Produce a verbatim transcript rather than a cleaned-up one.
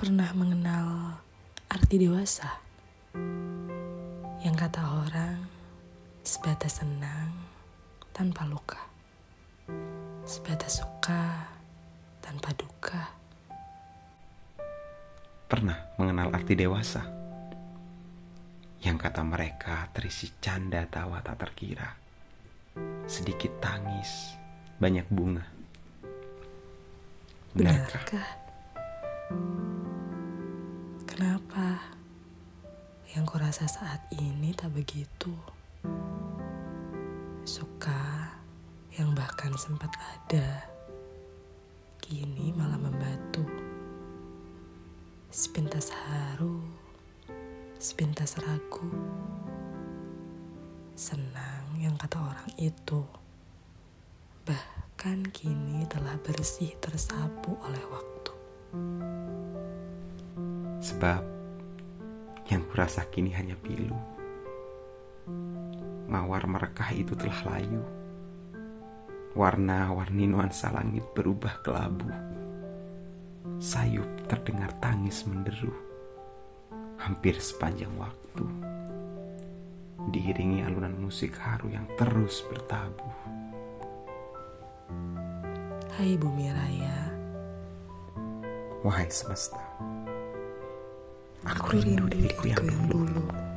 Pernah mengenal arti dewasa? Yang kata orang sebatas senang tanpa luka, sebatas suka tanpa duka. Pernah mengenal arti dewasa? Yang kata mereka terisi canda tawa tak terkira, sedikit tangis, banyak bunga. Benarkah? Benarkah? Kenapa? Yang kurasa saat ini tak begitu. Suka yang bahkan sempat ada, kini malah membatu. Sepintas haru, sepintas ragu. Senang yang kata orang itu, bahkan kini telah bersih tersapu oleh waktu. Sebab yang kurasa kini hanya pilu. Mawar merekah itu telah layu. Warna-warni nuansa langit berubah kelabu. Sayup terdengar tangis menderu. Hampir sepanjang waktu, diiringi alunan musik haru yang terus bertabuh. Hai bumi raya, Wahai semesta, aku rindu diriku yang dulu.